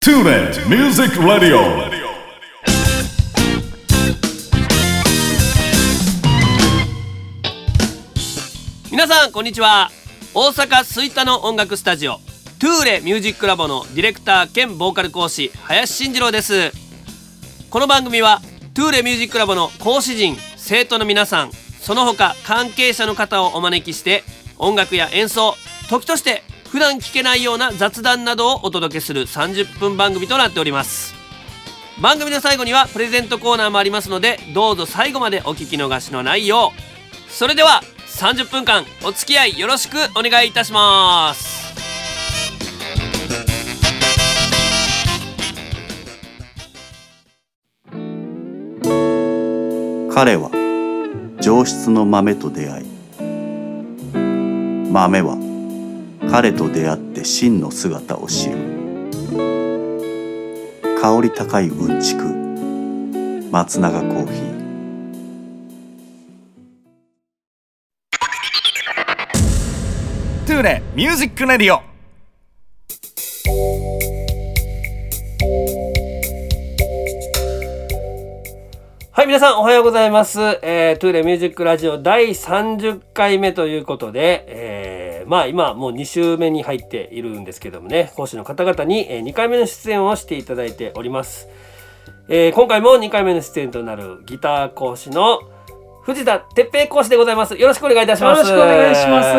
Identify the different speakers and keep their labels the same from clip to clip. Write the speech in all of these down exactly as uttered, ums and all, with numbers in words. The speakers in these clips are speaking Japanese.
Speaker 1: Student Music Radio。
Speaker 2: 皆さんこんにちは。大阪吹田の音楽スタジオトゥーレミュージックラボのディレクター兼ボーカル講師林慎二郎です。この番組はトゥーレミュージックラボの講師陣、生徒の皆さん、その他関係者の方をお招きして音楽や演奏、時として普段聞けないような雑談などをお届けするさんじゅっぷん番組となっております。番組の最後にはプレゼントコーナーもありますので、どうぞ最後までお聞き逃しのないよう。それではさんじゅっぷんかんお付き合いよろしくお願いいたします。
Speaker 3: 彼は上質の豆と出会い、豆は彼と出会って真の姿を知る。香り高いうんちく松永コーヒー。
Speaker 1: トゥーレミュージックレディオ。
Speaker 2: はい、皆さんおはようございます。えー、トゥーレミュージックラジオだいさんじゅっかいめということで、えー、まあ今もうに週目に入っているんですけどもね、講師の方々ににかいめの出演をしていただいております。えー、今回もにかいめの出演となるギター講師の藤田哲平講師でございます。よろしくお願いいたします。
Speaker 4: よろしくお願いします。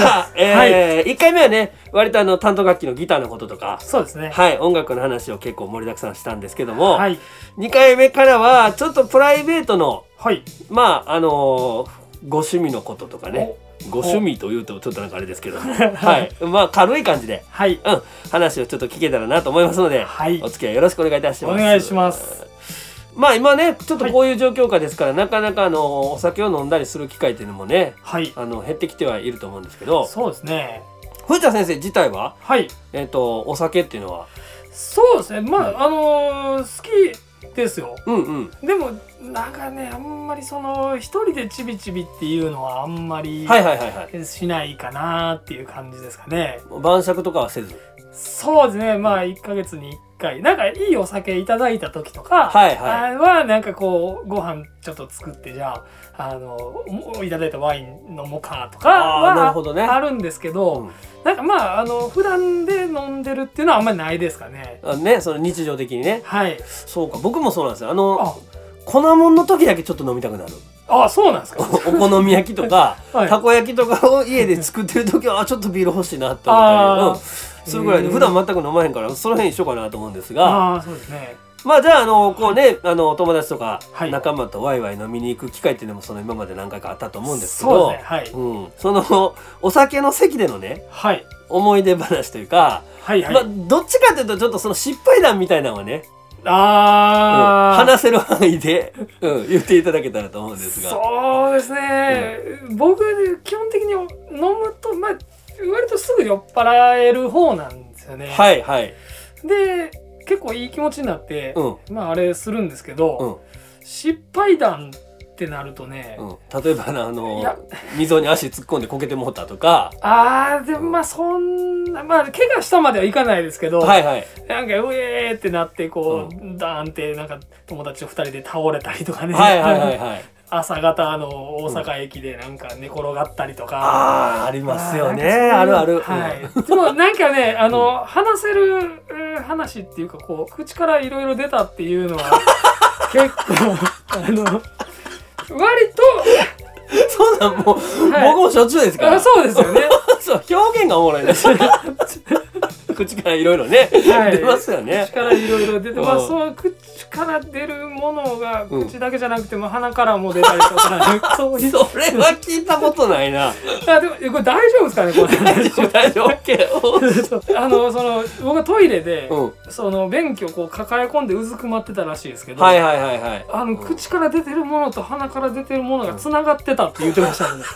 Speaker 2: さあ、えーはい、いっかいめはね、割とあの担当楽器のギターのこととか、
Speaker 4: そうですね、
Speaker 2: はい、音楽の話を結構盛りだくさんしたんですけども、
Speaker 4: はい、
Speaker 2: にかいめからはちょっとプライベートの、
Speaker 4: はい、
Speaker 2: まああのー、ご趣味のこととかね、ご趣味というとちょっとなんかあれですけどはい、まあ軽い感じで、はい、うん、話をちょっと聞けたらなと思いますので、はい、お付き合いよろしくお願いいたします。
Speaker 4: お願いします。
Speaker 2: まあ今ねちょっとこういう状況下ですから、はい、なかなかあのお酒を飲んだりする機会っていうのもね、はい、あの減ってきてはいると思うんですけど、
Speaker 4: そうですね。
Speaker 2: 藤田先生自体は、はい、えっとお酒っていうのは、
Speaker 4: そうですね、まあ、うん、あのー、好きですよ。うんうん。でもなんかね、あんまりその一人でちびちびっていうのはあんまりしないかなっていう感じですかね。
Speaker 2: 晩酌とかはせず。
Speaker 4: そうですね、まあいっかげつにいっかいなんかいいお酒いただいた時とか、はいはい、はなんかこうご飯ちょっと作って、じゃああのいただいたワイン飲もうかとかは あ,、ね、あるんですけど、うん、なんかまああの普段で飲んでるっていうのはあんまりないですかね。
Speaker 2: あね、その日常的にね。はい。そうか、僕もそうなんですよ。あの
Speaker 4: あ
Speaker 2: 粉もんの時だけちょっと飲みたくなる。
Speaker 4: ああ、そうなんですか。
Speaker 2: お好み焼きとか、はい、たこ焼きとかを家で作ってる時はちょっとビール欲しいなって思ったり、うん、するぐらいで、普段全く飲まへんからその辺一緒かなと思うんですが、
Speaker 4: あ、そうですね。
Speaker 2: まあじゃああのこうね、あの友達とか仲間とワイワイ飲みに行く機会っていうのもその今まで何回かあったと思うんですけど、
Speaker 4: そうですね、はい、
Speaker 2: うん、そのお酒の席でのね、はい、思い出話というか、はいはい、まあ、どっちかというとちょっとその失敗談みたいなのはね、あ、うん、話せる範囲で、うん、言っていただけたらと思うんですが。
Speaker 4: そうですね、うん、僕基本的に飲むと、まあ、割とすぐ酔っ払える方なんですよね。
Speaker 2: はいはい。
Speaker 4: で結構いい気持ちになって、うん、まああれするんですけど、うん、失敗談ってなるとね、
Speaker 2: うん、例えばあの溝に足突っ込んでこけてもったとか、
Speaker 4: あーでもまあそんな、まあ怪我したまではいかないですけど、はいはい、なんかうえーってなってこう、うん、ダーンってなんか友達とふたりで倒れたりとかね、はいはいはいはい、朝方の大阪駅でなんか寝転がったりとか、うん、
Speaker 2: あーありますよね、あるある、
Speaker 4: はい、でもなんかね、あの、うん、話せる話っていうか、こう口からいろいろ出たっていうのは結構あの割と
Speaker 2: そうなん、もう、はい、僕もしょっちゅうですから。
Speaker 4: あ、そうですよね。
Speaker 2: そう、表現がおもろいです。口からいろいろね、はい、出ますよね。
Speaker 4: 口からいろいろ出て、まあそう口から出るものが口だけじゃなくても、うん、鼻からも出たりとか、
Speaker 2: そういう。それは聞いたことないな。
Speaker 4: あ、でもこれ大丈夫ですかね、これ。
Speaker 2: 大丈夫大丈夫。
Speaker 4: あのその僕はトイレで、うん、その便器をこう抱え込んでうずくまってたらしいですけど、
Speaker 2: はいはいはいはい。
Speaker 4: あの、うん、口から出てるものと鼻から出てるものがつながってたって言ってましたね。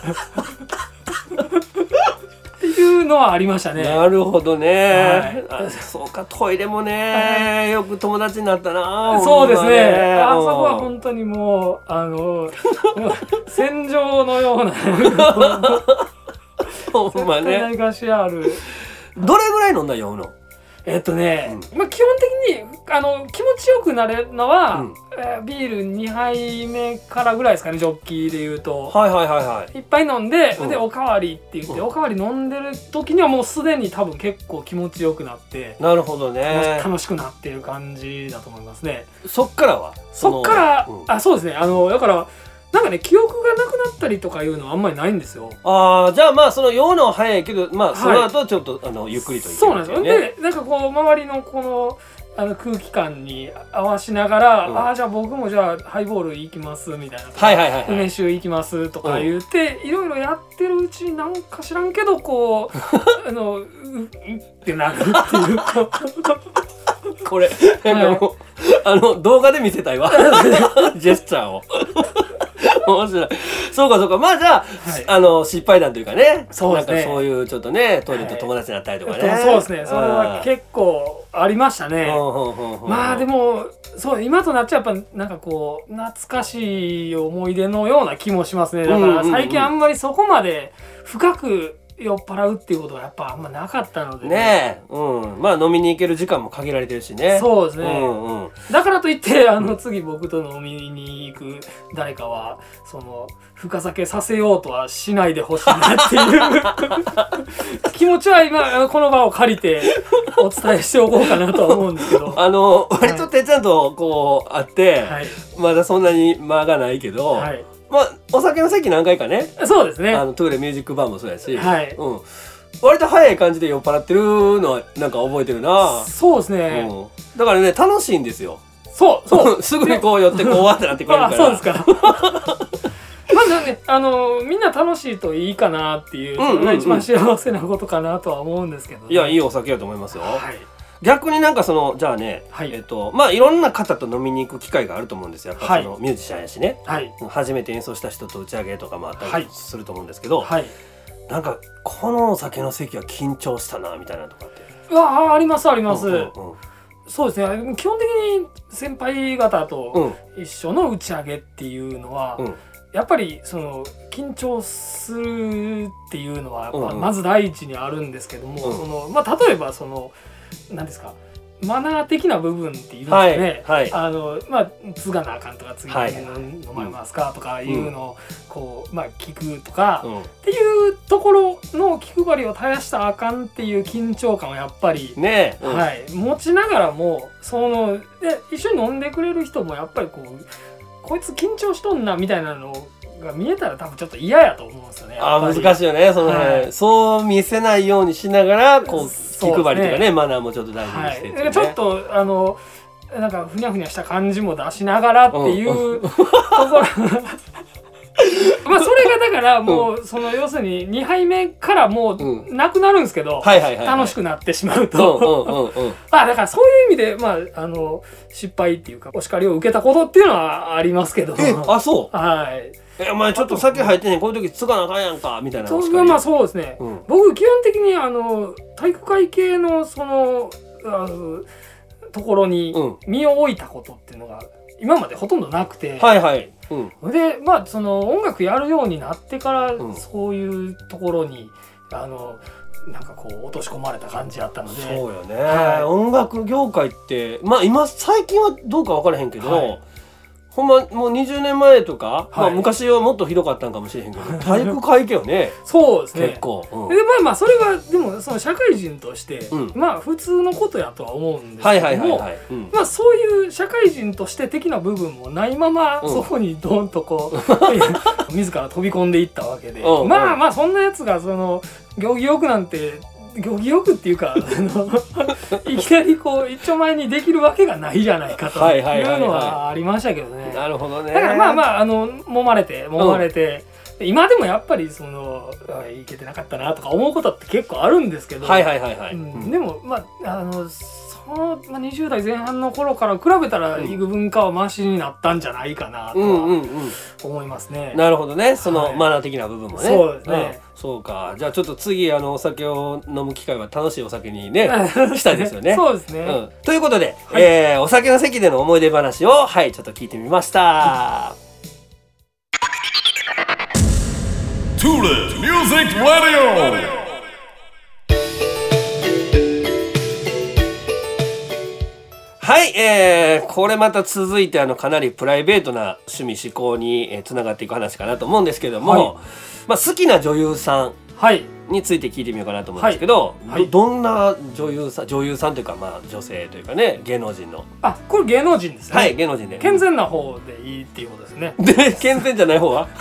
Speaker 4: っていうのはありましたね。
Speaker 2: なるほどね、はい、あ、そうか、トイレもね、はい、よく友達になったな。
Speaker 4: そうですね、あそこは本当にもうあの戦場のような
Speaker 2: ほんまね、
Speaker 4: 何かしらある。
Speaker 2: どれぐらい飲んだ酔うの？
Speaker 4: えっとね、うん、まあ基本的にあの気持ちよくなれるのは、うんえー、ビールにはいめからぐらいですかね、ジョッキーでいうと。
Speaker 2: はいはいはいはい。
Speaker 4: いっぱい飲んで、うん、でおかわりって言って、うん、おかわり飲んでる時にはもうすでに多分結構気持ちよくなって。
Speaker 2: なるほどね。
Speaker 4: 楽しくなっている感じだと思いますね。
Speaker 2: そっからは
Speaker 4: そっから、うん、あそうですね。あのだからなんかね記憶がなくなったりとかいうのはあんまりないんですよ。
Speaker 2: ああじゃあまあその酔うのは早いけどまあその後ちょっと、はい、あのゆっくりといける、ね、
Speaker 4: そうなんですよ。でなんかこう周りのこのあの空気感に合わしながら、うん、ああじゃあ僕もじゃあハイボール行きますみたいな、
Speaker 2: はいはいはいはい、
Speaker 4: 梅酒行きますとか言って、うん、いろいろやってるうちになんか知らんけどこうあのうってなるっていう
Speaker 2: これなんかもう、はい、あの動画で見せたいわジェスチャーを面白い。そうかそうか。まあじゃあ、はい、あの失敗談というかね。そうですね。なんかそういうちょっとねトイレと友達になったりとかね。
Speaker 4: はい、そうですね。それは結構ありましたね。まあでもそう今となっちゃやっぱなんかこう懐かしい思い出のような気もしますね。だから最近あんまりそこまで深く酔っ払うっていうことはやっぱあんまなかったので ね,
Speaker 2: ねえ、うん、まあ飲みに行ける時間も限られてるしね。
Speaker 4: そうですね、うんうん、だからといってあの次僕と飲みに行く誰かはその深酒させようとはしないでほしいなっていう気持ちは今この場を借りてお伝えしておこうかなとは思うんですけど
Speaker 2: あの割とてっちゃんとこうあって、はい、まだそんなに間がないけど、はいまあ、お酒の席何回かね。
Speaker 4: そうですね。
Speaker 2: あのトゥーレミュージックバーもそうやし、
Speaker 4: はい
Speaker 2: うん、割と早い感じで酔っ払ってるのはなんか覚えてるな。
Speaker 4: そうですね、
Speaker 2: うん、だからね楽しいんですよ。
Speaker 4: そうそう
Speaker 2: すぐにこう寄ってこうわってなってくれるから。
Speaker 4: そうですかまずねあのみんな楽しいといいかなっていう、うんうんうん、それが一番幸せなことかなとは思うんですけど、ね、
Speaker 2: いやいいお酒だと思いますよ。
Speaker 4: はい
Speaker 2: 逆になんかそのじゃあね、はいえっとまあいろんな方と飲みに行く機会があると思うんですよ。やっぱそのミュージシャンやしね、はい、初めて演奏した人と打ち上げとかもあったりすると思うんですけど、はい、なんかこのお酒の席は緊張したなみたいなとかって
Speaker 4: うわありますあります、うんうんうん、そうですね基本的に先輩方と一緒の打ち上げっていうのは、うん、やっぱりその緊張するっていうのはやっぱまず第一にあるんですけども、うんうんそのまあ、例えばその何ですかマナー的な部分っていうんですかね、はいはい、あのまあ継がなあかんとか次に飲まれますかとかいうのをこう、まあ、聞くとか、うん、っていうところの気配りを絶やしたらあかんっていう緊張感はやっぱり、ねうんはい、持ちながらもそので一緒に飲んでくれる人もやっぱりこうこいつ緊張しとんなみたいなのが見えたら多分ちょっと嫌やと思うんですよね。
Speaker 2: あ難しいよねその、はい、そう見せないようにしながらこう気配りとか ね, ねマナーもちょっと大事にしてって、ねはい、
Speaker 4: ちょっとあのなんかふにゃふにゃした感じも出しながらっていう、うん、ところまあそれがだからもう、うん、その要するににはいめからもうなくなるんですけど、うんはいはいはいはい、楽しくなってしまうとまあだからそういう意味で、まあ、あの失敗っていうかお叱りを受けたことっていうのはありますけど
Speaker 2: えあそう
Speaker 4: はい
Speaker 2: えお前ちょっと酒入ってねこういう時つかなあかんやんかみたいな
Speaker 4: そうまあそうですね、うん、僕基本的にあの体育会系のそのあのところに身を置いたことっていうのが今までほとんどなくて、
Speaker 2: はいはい、
Speaker 4: うん、でまあその音楽やるようになってからそういうところに、うん、あのなんかこう落とし込まれた感じやったので
Speaker 2: そうよね、はい、音楽業界ってまあ今最近はどうか分からへんけど、はいほんまもうにじゅうねんまえとか、はいまあ、昔はもっとひどかったんかもしれへんけど体育会系よね
Speaker 4: そうですね
Speaker 2: 結構、うん、
Speaker 4: でまあまあそれはでもその社会人として、うん、まあ普通のことやとは思うんですけどもまあそういう社会人として的な部分もないまま、うん、そこにドンとこう自ら飛び込んでいったわけで、うん、まあまあそんなやつがその行儀よくなんて行儀よくっていうかいきなりこう一丁前にできるわけがないじゃないかというのはありましたけどね。
Speaker 2: なるほどね。
Speaker 4: だからまあまああの揉まれて揉まれて、うん、今でもやっぱりそのいけてなかったなとか思うことって結構あるんですけど、
Speaker 2: はいはいはいはい。
Speaker 4: うん、でもまああのその、まあ、にじゅう代前半の頃から比べたら幾分かはマシになったんじゃないかなとは思いますね。うんうんうん、
Speaker 2: なるほどね。そのマナー的な部分もね。
Speaker 4: そうですね。
Speaker 2: うんそうかじゃあちょっと次あのお酒を飲む機会は楽しいお酒にねしたいですよね。
Speaker 4: そうですね、
Speaker 2: うん、ということで、はいえー、お酒の席での思い出話をはいちょっと聞いてみました。
Speaker 1: トゥーレットミュージックラディオ
Speaker 2: はい、えー、これまた続いてあのかなりプライベートな趣味思考に、えー、つながっていく話かなと思うんですけども、はい、まあ、好きな女優さんについて聞いてみようかなと思うんですけど、はいはい、ど, どんな女優さん女優さんというか、まあ、女性というかね、芸能人の。
Speaker 4: あ、これ芸能人ですね。
Speaker 2: はい、芸能人で
Speaker 4: 健全な方でいいっていうことですね。
Speaker 2: で、健全じゃない方は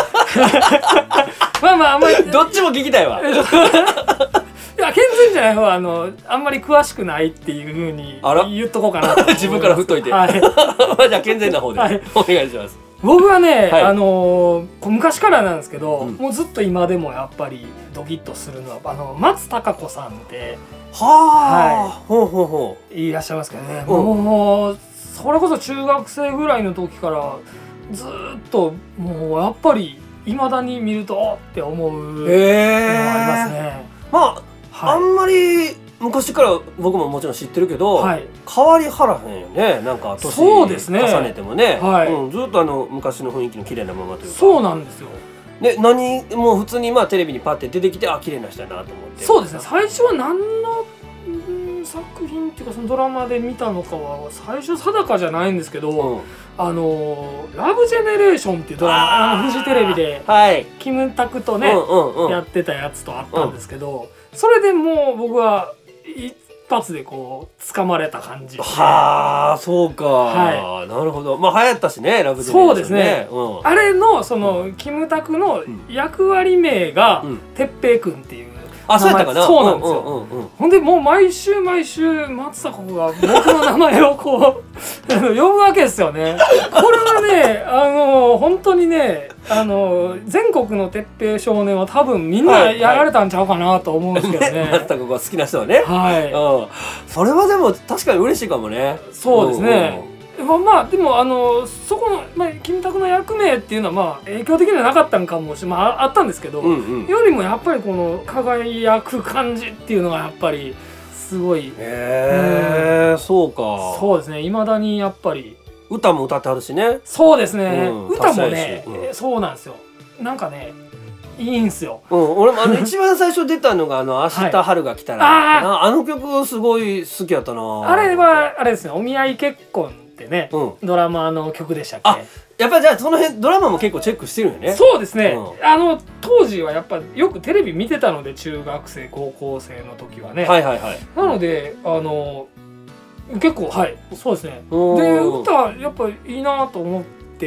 Speaker 4: まあまああんまり
Speaker 2: どっちも聞きたいわ。
Speaker 4: いや、健全じゃない方はあのあんまり詳しくないっていう風に言っとこうかなと
Speaker 2: 自分から振っといて、はい、じゃあ健全な方で、はい、お願いします。
Speaker 4: 僕はね、はい、あのー、昔からなんですけど、うん、もうずっと今でもやっぱりドキッとするのはあの松たか子さんって
Speaker 2: はあ、はい、ほうほうほ
Speaker 4: ういらっしゃいますけどね、うん、もうそれこそ中学生ぐらいの時からずっともうやっぱり未だに見るとって思うのがありますね。
Speaker 2: まあ、はい、あんまり昔から僕ももちろん知ってるけど、はい、変わりはらへんよね。なんか年重ねてもね、はい、うん、ずっとあの昔の雰囲気の綺麗なままというか。
Speaker 4: そうなんですよ。
Speaker 2: で、何もう普通にまあテレビにパッて出てきて、あ、綺麗な人やなと思って。
Speaker 4: そうですね。最初は何の作品っていうかそのドラマで見たのかは最初定かじゃないんですけど、うん、あのラブジェネレーションっていうドラマ、あのフジテレビで、はい、キムタクとね、うんうんうん、やってたやつとあったんですけど、うん、それでもう僕は一発でこう掴まれた感じで、
Speaker 2: はあ、そうか、はい、なるほど。まあ流行ったしね、ラブジェネレーションね。そうですね、うん、
Speaker 4: あれのその、うん、キムタクの役割名が哲平くんっていう、
Speaker 2: あ、そうやったかな。
Speaker 4: そうなんですよ、うんうんうん、ほんでもう毎週毎週松たか子が僕の名前をこう呼ぶわけですよね。これはね、あの本当にね、あの全国の鉄平少年は多分みんなやられたんちゃうかなと思うんですけどね。
Speaker 2: 松たか子が好きな人はね、はい、うん、それはでも確かに嬉しいかもね。
Speaker 4: そうですね、うんうん、まあでもあのそこの、まあ、キムタクの役名っていうのはまあ影響的にはなかったんかもしれない、まあ、あったんですけど、うんうん、よりもやっぱりこの輝く感じっていうのがやっぱりすごい。へ
Speaker 2: え、うん、そうか。
Speaker 4: そうですね、いまだにやっぱり
Speaker 2: 歌も歌ってはるしね。
Speaker 4: そうですね、うん、歌もね、うん、そうなんですよ。なんかね、いいんすよ、
Speaker 2: うん、俺もあの一番最初出たのがあの明日春が来たら、はい、あ, あの曲すごい好きやったな。
Speaker 4: あれはあれですね、お見合い結婚ってね、うん、ドラマの曲でしたっけ。
Speaker 2: あ、やっぱりじゃあその辺ドラマも結構チェックしてるよね。
Speaker 4: そうですね、うん、あの当時はやっぱよくテレビ見てたので、中学生高校生の時はね、はいはいはい、なのであの結構、はい、そうですね。で、歌やっぱいいなと思って、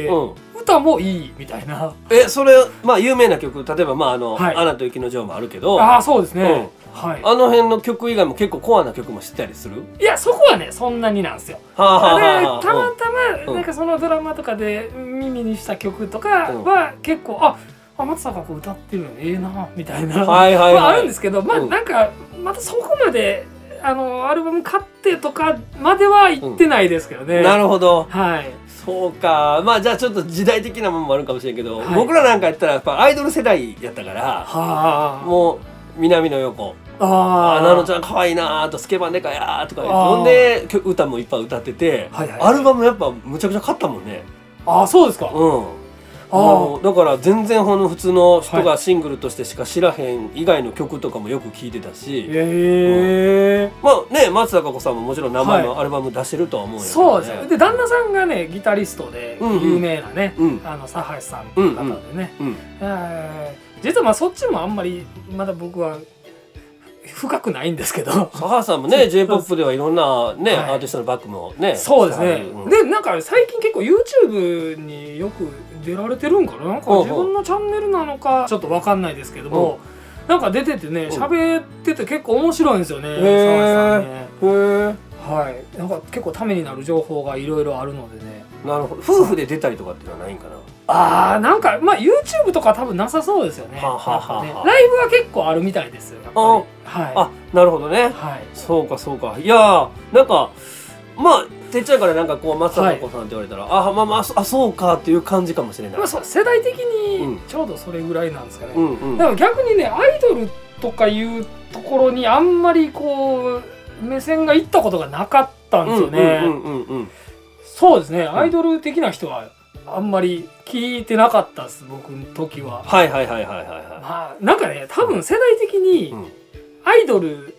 Speaker 4: うん、歌もいいみたいな。
Speaker 2: え、それまあ有名な曲、例えばまああの、はい、アナと雪の女王もあるけど、
Speaker 4: ああそうですね、うん、はい、
Speaker 2: あの辺の曲以外も結構コアな曲も知ったりする？
Speaker 4: いや、そこはねそんなになんですよ。はあはあはあ、たまたまなんかそのドラマとかで耳にした曲とかは結構、うん、ああ、松たか子歌ってるのええなみたいな、はいはいはい、まあ、あるんですけど、まあ、うん、なんかまたそこまであのアルバム買ってとかまでは行ってないですけどね、うん、
Speaker 2: なるほど、
Speaker 4: はい、
Speaker 2: そうか。まあじゃあちょっと時代的なものもあるかもしれんけど、はい、僕らなんかやったらやっぱアイドル世代やったから、はあ、もう南野陽子、ああ、ナノちゃん可愛いなーと、スケバンデカやーとかほんで歌もいっぱい歌ってて、はいはいはい、アルバムやっぱむちゃくちゃ買ったもんね。
Speaker 4: ああ、そうですか。
Speaker 2: うん、あ、だから全然ほんの普通の人がシングルとしてしか知らへん以外の曲とかもよく聴いてたし、へえ、うん、まあね、松たか子さんももちろん名前のアルバム出してるとは思うんやけどね、はい、そうです。で旦那さんがねギタリストで有名なね、うんうん、あの佐橋さんっていう方でね、うんうん、えー、実はまあそっちもあんまりまだ僕は深くないんですけど、 佐橋さんもね J-ポップ ではいろんなね、はい、アーティストのバックもね、
Speaker 4: そうですね、うん、でなんか最近結構 YouTube によく出られてるんかな、なんか自分のチャンネルなのかちょっと分かんないですけども、うん、なんか出ててね喋ってて結構面白いんですよね、佐橋さんね。へー、はい、なんか結構ためになる情報がいろいろあるのでね。
Speaker 2: なるほど。夫婦で出たりとかっていうのはないんかな。
Speaker 4: あー、なんかまあ YouTube とか多分なさそうですよね。はははは、ね、ライブは結構あるみたいですよ、やっぱり。はい、あ、
Speaker 2: なるほどね、はい、そうかそうか。いやー、なんかまあてっちゃんからなんかこう松たか子さんって言われたら、はい、あ、まあまあ、あ、そうかっていう感じかもしれない。まあ、そう
Speaker 4: 世代的にちょうどそれぐらいなんですかね、うんうん、だから逆にねアイドルとかいうところにあんまりこう目線がいったことがなかったんですよね。そうですね、アイドル的な人はあんまり聞いてなかったです、僕の時は。はいはいはいはいはいはい。まあなんかね、多分世代的にアイドルっ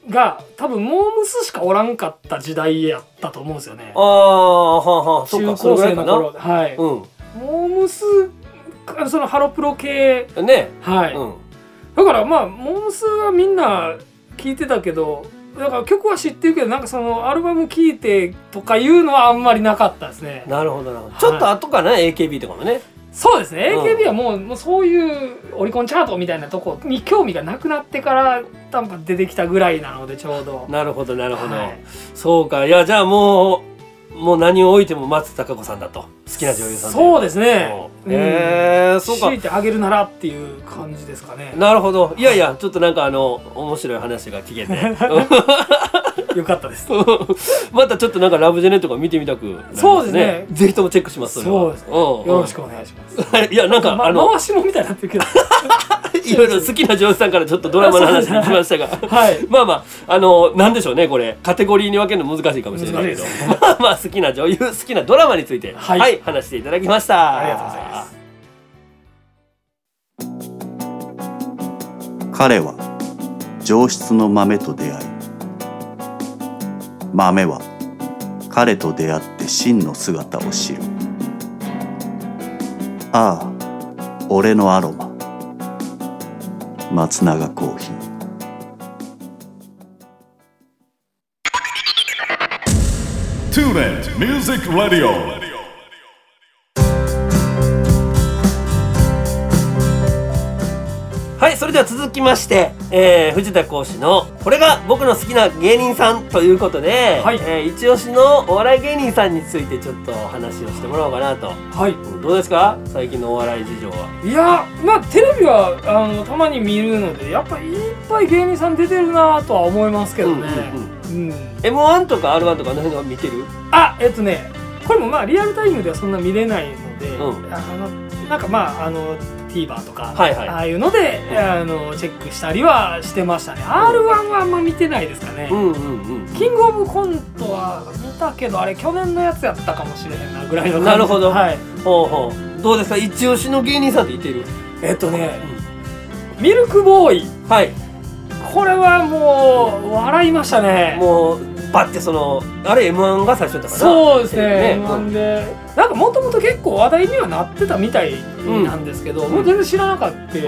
Speaker 4: が多分モームスしかおらんかった時代やったと思うんですよね。
Speaker 2: ああはあはあ、
Speaker 4: 中高生の頃はい、うん、モームスそのハロプロ系
Speaker 2: ね、
Speaker 4: はい、うん、だからまあモームスはみんな聞いてたけど、だから曲は知ってるけどなんかそのアルバム聴いてとかいうのはあんまりなかったですね。
Speaker 2: なるほどなるほど、はい、ちょっと後かな エーケービー とかもね。
Speaker 4: そうですね、うん、エーケービー はもう、もうそういうオリコンチャートみたいなとこに興味がなくなってから多分出てきたぐらいなのでちょうど。
Speaker 2: なるほどなるほど、はい、そうか。いやじゃあもうもう何を置いても松たか子さんだと、好きな女優さんで。
Speaker 4: そうですね、
Speaker 2: うん、へえ、そうか。
Speaker 4: 強いてあげるならっていう感じですかね。
Speaker 2: なるほど。いやいや、ちょっとなんかあの面白い話が聞けて
Speaker 4: よかったです
Speaker 2: またちょっとなんかラブジェネとか見てみたくなりますね。そうですね、ぜひともチェックします。それは
Speaker 4: そうですね、よろしくお願いします
Speaker 2: いやなんか、ま、
Speaker 4: あの回しもみたいになってるけど
Speaker 2: いろいろ好きな女優さんからちょっとドラマの話に来ましたがはい、まあまああのなんでしょうね、これカテゴリーに分けるの難しいかもしれないけどまあ好きな女優、好きなドラマについて、はい、はい、話していただきました。
Speaker 4: ありがとうございます。
Speaker 3: 彼は上質の豆と出会い、豆は彼と出会って真の姿を知る。ああ、俺のアロマ、松永コーヒー。
Speaker 1: トゥーネットミュージックラディオ。
Speaker 2: はい、それでは続きまして、えー、藤田講師のこれが僕の好きな芸人さんということで、はい、えー、一押しのお笑い芸人さんについてちょっと話をしてもらおうかなと。はい、どうですか最近のお笑い事情は。
Speaker 4: いや、まあテレビはあのたまに見るのでやっぱりいっぱい芸人さん出てるなとは思いますけどね。うんうんうん、うん、エムワン
Speaker 2: とか アールワン とかの辺は見てる？
Speaker 4: あ、えっとね、これもまあリアルタイムではそんな見れないので、うん、あのなんかまああのTVer とか、はいはい、ああいうので、うん、あのチェックしたりはしてましたね。 アールワン はあんま見てないですかね。うんうんうん、キングオブコントは見たけどあれ去年のやつやったかもしれへんなぐらいの感じ。
Speaker 2: なるほど、
Speaker 4: はい、
Speaker 2: ほうほう。どうですか一押しの芸人さんっていてる？
Speaker 4: えっとね、うん、ミルクボーイ、はい、これはもう笑いましたね。
Speaker 2: もうバッてそのあれ エムワン が最初だったかな。
Speaker 4: そうですね、ね、エムワン でなんかもともと結構話題にはなってたみたいなんですけど、うん、もう全然知らなかった、うん、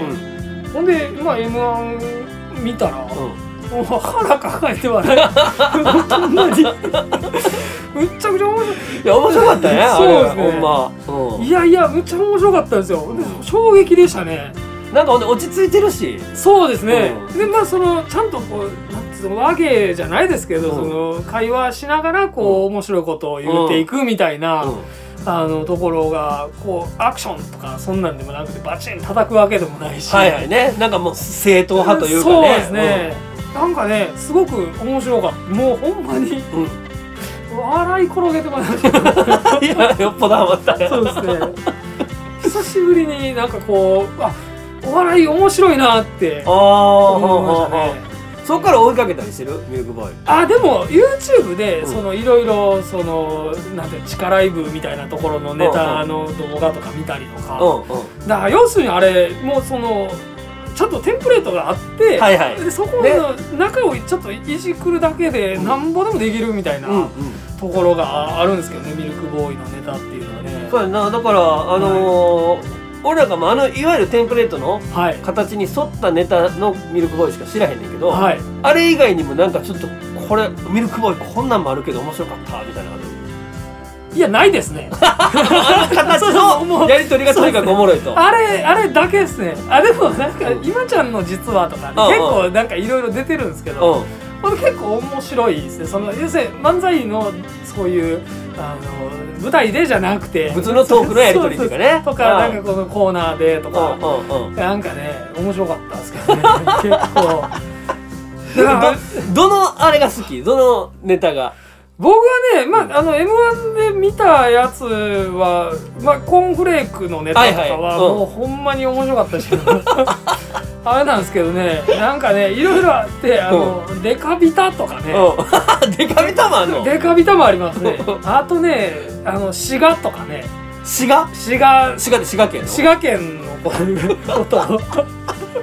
Speaker 4: ほんで、まあ、エムワン 見たら、うん、もう腹抱えて笑いほんまにむっちゃくちゃ面白い。
Speaker 2: いや面白かったね
Speaker 4: そうですね、
Speaker 2: ほんま、うん、
Speaker 4: いやいやむっちゃ面白かったですよ。衝撃でしたね。
Speaker 2: なんかほんで落ち着いてるし。
Speaker 4: そうですね、うん、でまあそのちゃんとこうなんつうの和芸じゃないですけど、うん、その会話しながらこう面白いことを言っていくみたいな、うんうん、あのところがこうアクションとかそんなんでもなくてバチン叩くわけでもないし、
Speaker 2: はいはいね、なんかもう正統派というかね。
Speaker 4: そうですね、うん、なんかねすごく面白かった。もうほんまに、うん、笑い転げてました
Speaker 2: いやよっぽどハマったね。
Speaker 4: そうですね久しぶりになんかこうあお笑い面白いなって思いましたね。
Speaker 2: そっから追いかけたりしてるミルクボーイ。
Speaker 4: あ、でも YouTube でそのいろいろそのなんて地下ライブみたいなところのネタの動画とか見たりとか、だから要するにあれもうそのちょっとテンプレートがあって、はいはい、でそこの中をちょっといじくるだけでなんぼでもできるみたいなところがあるんですけどね、ミルクボーイのネタっていうのはね。
Speaker 2: そうやな、だからあのーはい、俺らがもあのいわゆるテンプレートの形に沿ったネタのミルクボーイしか知らへんねんけど、はい、あれ以外にもなんかちょっとこれミルクボーイこんなんもあるけど面白かったみたいなのある？
Speaker 4: いやないですね
Speaker 2: あの形のやり取りがとにかくおもろいと。
Speaker 4: あれあれだけですね。あでもなんか今ちゃんの実はとか、ね、結構なんかいろいろ出てるんですけど、これ結構面白いですね。その要するに漫才のそういうあの舞台でじゃなくて
Speaker 2: 普通のトークのやり取りとかね
Speaker 4: とかなんかこのコーナーでとかなんかね面白かったですけどね結構
Speaker 2: ど, どのあれが好き？どのネタが？
Speaker 4: 僕はね、まあ、あの エムワン で見たやつは、まあ、コーンフレークのネタとかはもうほんまに面白かったしあれなんですけどね、なんかねいろいろあってあの、うん、デカビタとかね
Speaker 2: デカビタもあるの？
Speaker 4: デカビタもありますねあとねあの滋賀とかね。
Speaker 2: 滋賀？
Speaker 4: 滋賀
Speaker 2: 滋賀で滋賀県の？
Speaker 4: 滋賀県のことを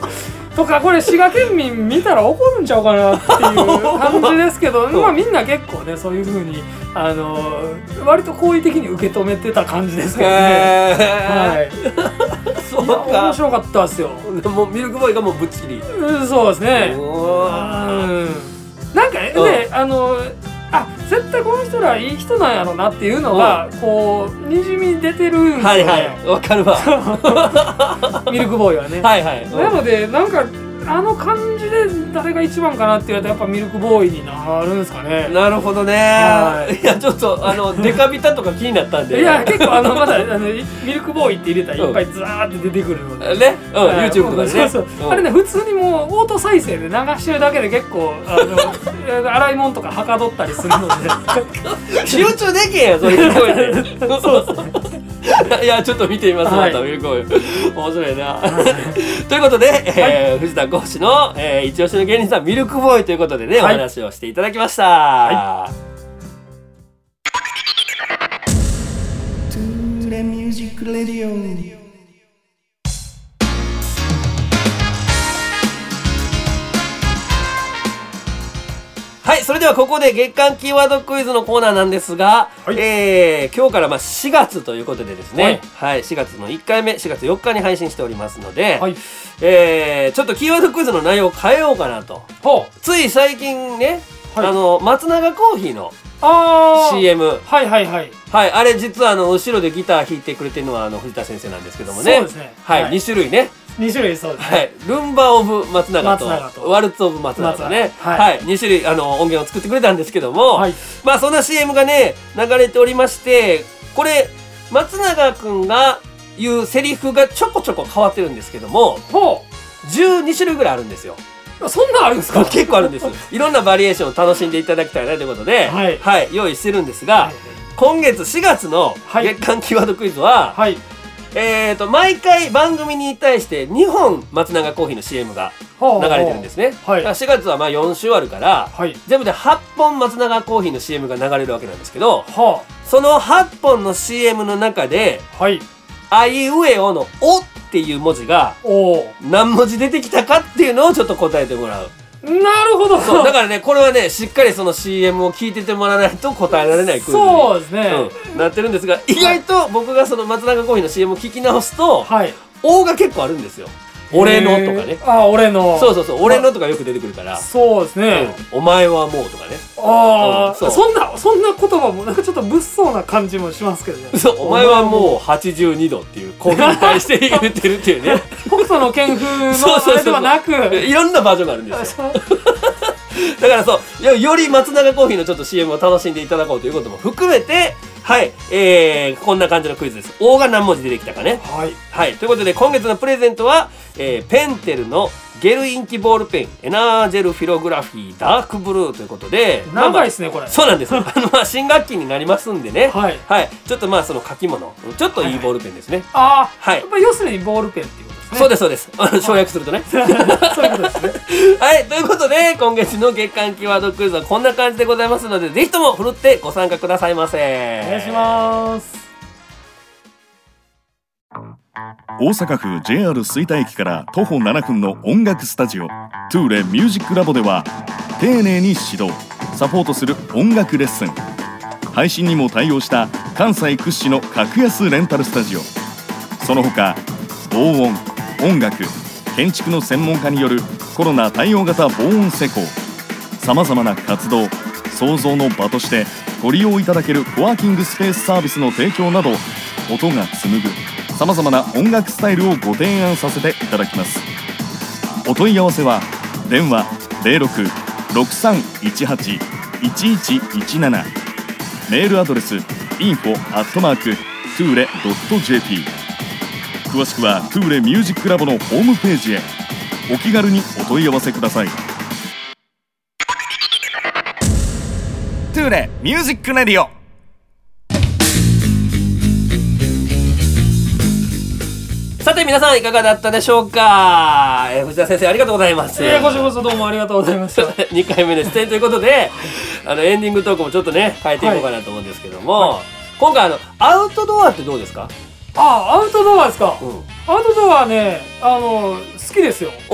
Speaker 4: とかこれ滋賀県民見たら怒るんちゃうかなっていう感じですけどまあみんな結構ねそういう風にあの割と好意的に受け止めてた感じですけどね、はい、そうか面白かったですよ。
Speaker 2: もうミルクボーイがもうぶっちぎり、
Speaker 4: うん、そうですね。うんなんかね、ねあのあ絶対この人らいい人なんやろなっていうのがこうにじみ出てるんですよね。
Speaker 2: はいはいわかるわ
Speaker 4: ミルクボーイはね。はいはい。なのでなんかあの感じで誰が一番かなって言われたらやっぱミルクボーイになるんですかね。
Speaker 2: なるほどね。いやちょっとあのデカビタとか気になったんで。
Speaker 4: いや結構あのまだあのミルクボーイって入れたらいっぱいザーって出てくるので。
Speaker 2: ね。うん YouTube とかでね。
Speaker 4: そうそう。あれね普通にもうオート再生で流してるだけで結構あの洗い物とかはかどったりするので。
Speaker 2: 集中できへんやんそれ聞こえて。
Speaker 4: そうですね。
Speaker 2: いやちょっと見てみます、はい、またミルクボーイ面白いなということで、えーはい、藤田講師の、えー、一押しの芸人さんミルクボーイということでね、はい、お話をしていただきました、はい、トゥーレミュージックレディオはい、それではここで月間キーワードクイズのコーナーなんですが、はい、えー、今日からまあしがつということでですね、はいはい、しがつのいっかいめしがつよっかに配信しておりますので、はい、えー、ちょっとキーワードクイズの内容を変えようかなと。つい最近ね、はい、あの松永コーヒーのあ シーエム
Speaker 4: はいはいはい
Speaker 2: はい、あれ実はあの後ろでギター弾いてくれてるのはあの藤田先生なんですけどもね。
Speaker 4: そうですね、
Speaker 2: はい、はい、に種類ね
Speaker 4: に種類そうですね、
Speaker 2: はい、ルンバオブ松永 と, とワルツオブ松永とね、はいはい、に種類あの音源を作ってくれたんですけども、はい、まあそんな シーエム がね流れておりまして、これ松永くんが言うセリフがちょこちょこ変わってるんですけども、じゅうに種類ぐらいあるんですよ。
Speaker 4: そんなあるんですか？
Speaker 2: 結構あるんです。いろんなバリエーションを楽しんでいただきたいなということで、はいはい、用意してるんですが、はい、今月しがつの月間キーワードクイズは、はい、えーと毎回番組に対してにほん松永コーヒーの シーエム が流れてるんですね。はい、しがつはまあよん週あるから、はい、全部ではっぽん松永コーヒーの シーエム が流れるわけなんですけど、はあ、そのはっぽんの シーエム の中で、はい、あいうえおのおっていう文字が何文字出てきたかっていうのをちょっと答えてもらう。
Speaker 4: なるほど。
Speaker 2: そうだからね、これはねしっかりその シーエム を聞いててもらわないと答えられないクイズに
Speaker 4: そうですね、
Speaker 2: うん、なってるんですが、意外と僕がその松永コーヒーの シーエム を聞き直すと、はい、O が結構あるんですよ。俺のとかね。
Speaker 4: あ、俺の。
Speaker 2: そうそうそう、俺のとかよく出てくるから。
Speaker 4: そうですね、
Speaker 2: うん、お前はもうとかね。
Speaker 4: ああ、うん、そ, そんなそんな言葉もなんかちょっと物騒な感じもしますけどね。
Speaker 2: そう、お前はもうはちじゅうにどっていうコーヒーに対して言ってるっていうね。
Speaker 4: 北斗の拳風のあれではなく、
Speaker 2: いろんなバージョンがあるんですよ。だからそうよ、より松永コーヒーのちょっと シーエム を楽しんでいただこうということも含めて、はい、えー、こんな感じのクイズです。O が何文字出てきたかね。はい、はい、ということで今月のプレゼントは、えー、ペンテルのゲルインキボールペンエナージェルフィログラフィーダークブルーということで、
Speaker 4: 長いですねこれ。
Speaker 2: そうなんです。あのまあ新学期になりますんでね、はい、はい、ちょっとまあその書き物ちょっといいボールペンですね。
Speaker 4: ああ、はい、まあ要するにボールペンっていうことですね。
Speaker 2: そうですそうです。あの省略するとね。
Speaker 4: そういうことですね。
Speaker 2: はい、ということで今月の月間キーワードクイズはこんな感じでございますので、ぜひともふるってご参加くださいませ。
Speaker 4: お願いします。
Speaker 1: 大阪府 ジェイアール 吹田駅から徒歩ななふんの音楽スタジオトゥーレミュージックラボでは、丁寧に指導サポートする音楽レッスン、配信にも対応した関西屈指の格安レンタルスタジオ、その他防音、音楽、建築の専門家によるコロナ対応型防音施工、さまざまな活動創造の場としてご利用いただけるコワーキングスペースサービスの提供など、音が紡ぐさまざまな音楽スタイルをご提案させていただきます。お問い合わせは電話 ゼロろく ろくさんいちはち いちいちいちなな、 メールアドレス インフォ アットマーク トゥーレ ドット ジェーピー、 詳しくはトゥーレミュージックラボのホームページへお気軽にお問い合わせください。トゥーレミュージックレディオ。
Speaker 2: さて皆さんいかがだったでしょうか。えー、藤田先生ありがとうございます。
Speaker 4: えー、こちらこそどうもありがとうございました。
Speaker 2: にかいめで出演ということで、あのエンディングトークもちょっとね変えていこうかなと思うんですけども、はいはい、今回あのアウトドアってどうですか？
Speaker 4: ああ、アウトドアですか、うん、アウトドアね、あの好きですよ。お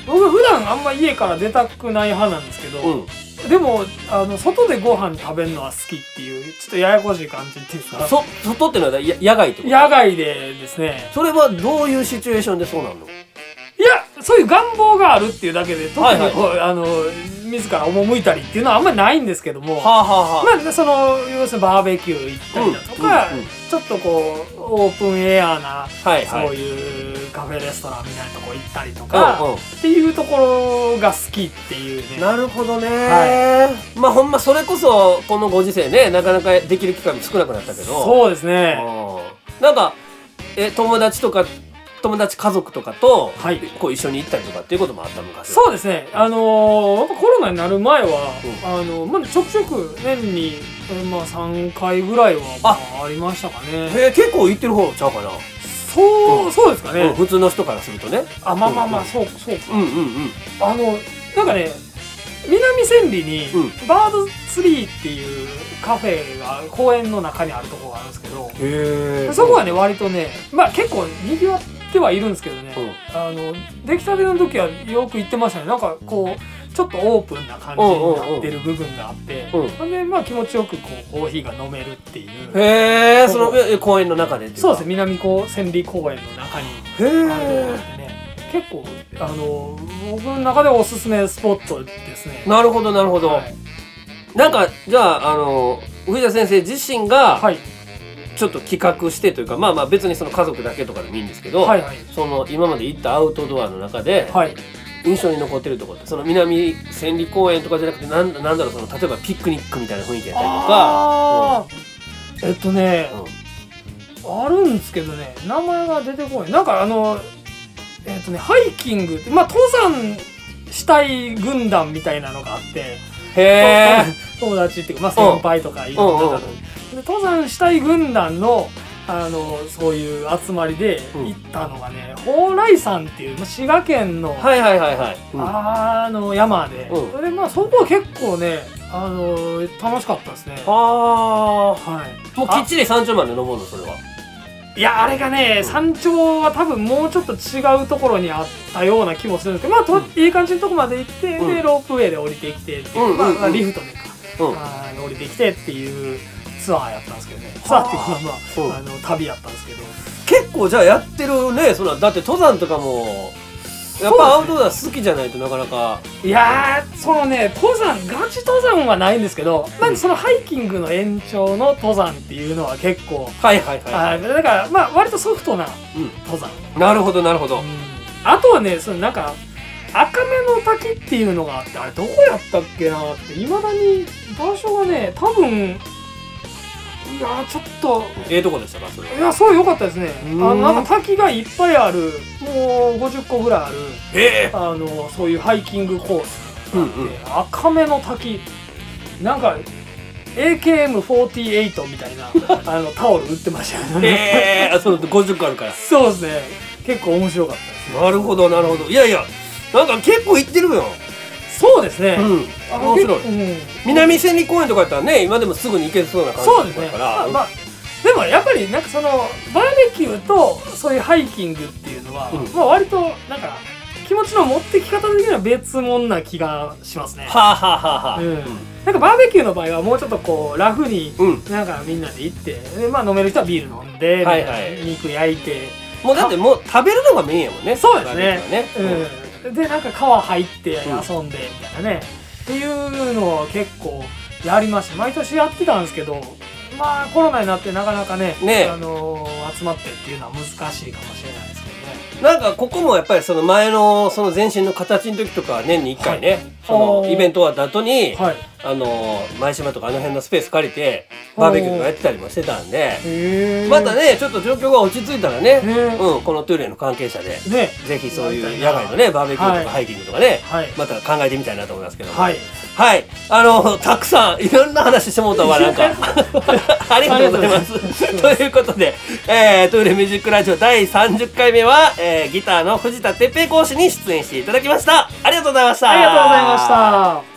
Speaker 4: 僕普段あんま家から出たくない派なんですけど、うん、でもあの外でご飯食べるのは好きっていうちょっとややこしい感じっていうんですか。
Speaker 2: そ外っていうのはや野外ってこと？
Speaker 4: 野外でですね。
Speaker 2: それはどういうシチュエーションでそうなの？
Speaker 4: いやそういう願望があるっていうだけで特にこう、はいはい、あの自ら赴いたりっていうのはあんまりないんですけども、はあはあ、まあその要するにバーベキュー行ったりだとか、うんうんうん、ちょっとこうオープンエアな、はいはい、そういうカフェレストランみたいなとこ行ったりとか、うんうん、っていうところが好きっていうね。
Speaker 2: なるほどね、はい、まあほんまそれこそこのご時世ねなかなかできる機会も少なくなったけど。
Speaker 4: そうですね。
Speaker 2: なんかえ友達とか友達家族とかと、はい、こう一緒に行ったりとかっていうこともあった昔。
Speaker 4: そうですね。あのー、やっぱコロナになる前は、うん、あのまあ、ちょくちょく年に、まあ、さんかいぐらいは、まあ、ありましたかね。
Speaker 2: へえ、結構行ってる方ちゃうかな。
Speaker 4: そう、うん、そうですかね、うん、
Speaker 2: 普通の人からするとね。
Speaker 4: あ、まあまあまあ、うん、そうそうか。
Speaker 2: うんうんうん。
Speaker 4: あのなんかね南千里に、うん、バードツリーっていうカフェが公園の中にあるところがあるんですけど、へそこはね割とね、まあ結構賑わってはいるんですけどね、うん、あの出来たての時はよく行ってましたね。なんかこうちょっとオープンな感じになってる部分があって、うん、でまあ気持ちよくこうコーヒーが飲めるっていう。
Speaker 2: へえ、その公園の中で。
Speaker 4: そうですね、南千里公園の中にあるところがあってね、結構あの僕の中でおすすめスポットですね。
Speaker 2: なるほどなるほど、はい、なんかじゃああの藤田先生自身が、はい、ちょっと企画してというか、まあまあ別にその家族だけとかでもいいんですけど、はいはい、その今まで行ったアウトドアの中で、はい、印象に残ってるところってその南千里公園とかじゃなくてなんなんだろうその例えばピクニックみたいな雰囲気やったりとか、
Speaker 4: うん、えっとね、うん、あるんですけどね名前が出てこない。なんかあのえっとねハイキングってまあ登山したい軍団みたいなのがあって、へー友達っていうか、まあ、先輩とかいる方で登山したい軍団のあのそういう集まりで行ったのがね、うん、蓬莱山っていう滋賀県の
Speaker 2: はいはいはいはい、うん、
Speaker 4: あの山で、うん、それでまあそこは結構ねあの楽しかったですね。
Speaker 2: はあ、はい、もうきっちり山頂まで登るのそれは。
Speaker 4: いやあれがね、うん、山頂は多分もうちょっと違うところにあったような気もするんですけど、まあと、うん、いい感じのとこまで行って、うん、でロープウェイで降りてきてっていう、うんまあまあ、リフトでか、うん、あ降りてきてっていうツアーやったんですけどね。ツアーっていうのはまあ、うん、あの旅やったんですけど、
Speaker 2: 結構じゃあやってるね。そのだって登山とかもやっぱアウトドア好きじゃないとなかなか。
Speaker 4: いやーそのね登山ガチ登山はないんですけど、うん、まあそのハイキングの延長の登山っていうのは結構
Speaker 2: はいはいはい、
Speaker 4: はい、だからまあ割とソフトな登山、
Speaker 2: うん、なるほどなるほど、うん、
Speaker 4: あとはねそのなんか赤目の滝っていうのがあって、あれどこやったっけなっていまだに場所がね多分いやちょっと
Speaker 2: ええとこでしたかそれは。
Speaker 4: いやそう良かったですね。あのなんか滝がいっぱいあるもうごじゅっこぐらいある、えー、あのそういうハイキングコースがあって、うんうん、赤目の滝なんか エーケーエムフォーティーエイト みたいなあのタオル売ってましたよ
Speaker 2: ね。えー、そうごじゅっこあるから。
Speaker 4: そうですね、結構面白かったですね。
Speaker 2: なるほどなるほど。いやいやなんか結構行ってるよ。
Speaker 4: そうですね、うん、
Speaker 2: 面白い、うん、南千里公園とかやったらね今でもすぐに行けそうな感じだから。そうですね、まあまあ、
Speaker 4: でもやっぱりなんかそのバーベキューとそういうハイキングっていうのは、うん、まあ割となんか気持ちの持ってき方的には別物な気がしますね。
Speaker 2: はあ、はあはあ、うん、
Speaker 4: なんかバーベキューの場合はもうちょっとこうラフになんかみんなで行って、で、まあ、飲める人はビール飲んで、はいはい、肉焼いて
Speaker 2: もうだってもう食べるのがメインやもんね。
Speaker 4: そうですね、うん、でなんか川入って遊んでみたいなね、うん、っていうのを結構やりました。毎年やってたんですけど、まあコロナになってなかなかね、ねあのー、集まってっていうのは難しいかもしれないですけどね。
Speaker 2: なんかここもやっぱりその前のその前身の形の時とか年にいっかいね、はい、そのイベント終わった後に、はい、あの前島とかあの辺のスペース借りてバーベキューとかやってたりもしてたんで、またねちょっと状況が落ち着いたらね、うん、このトゥーレの関係者で、ね、ぜひそういう野外のねバーベキューとかハイキングとかね、はい、また考えてみたいなと思いますけども、はい、はい、あのたくさんいろんな話してもうたわなんかありがとうございますということで、えー、トゥーレミュージックラジオだいさんじゅっかいめは、えー、ギターの藤田哲平講師に出演していただきました。ありがとうございました。
Speaker 4: ありがとうございました。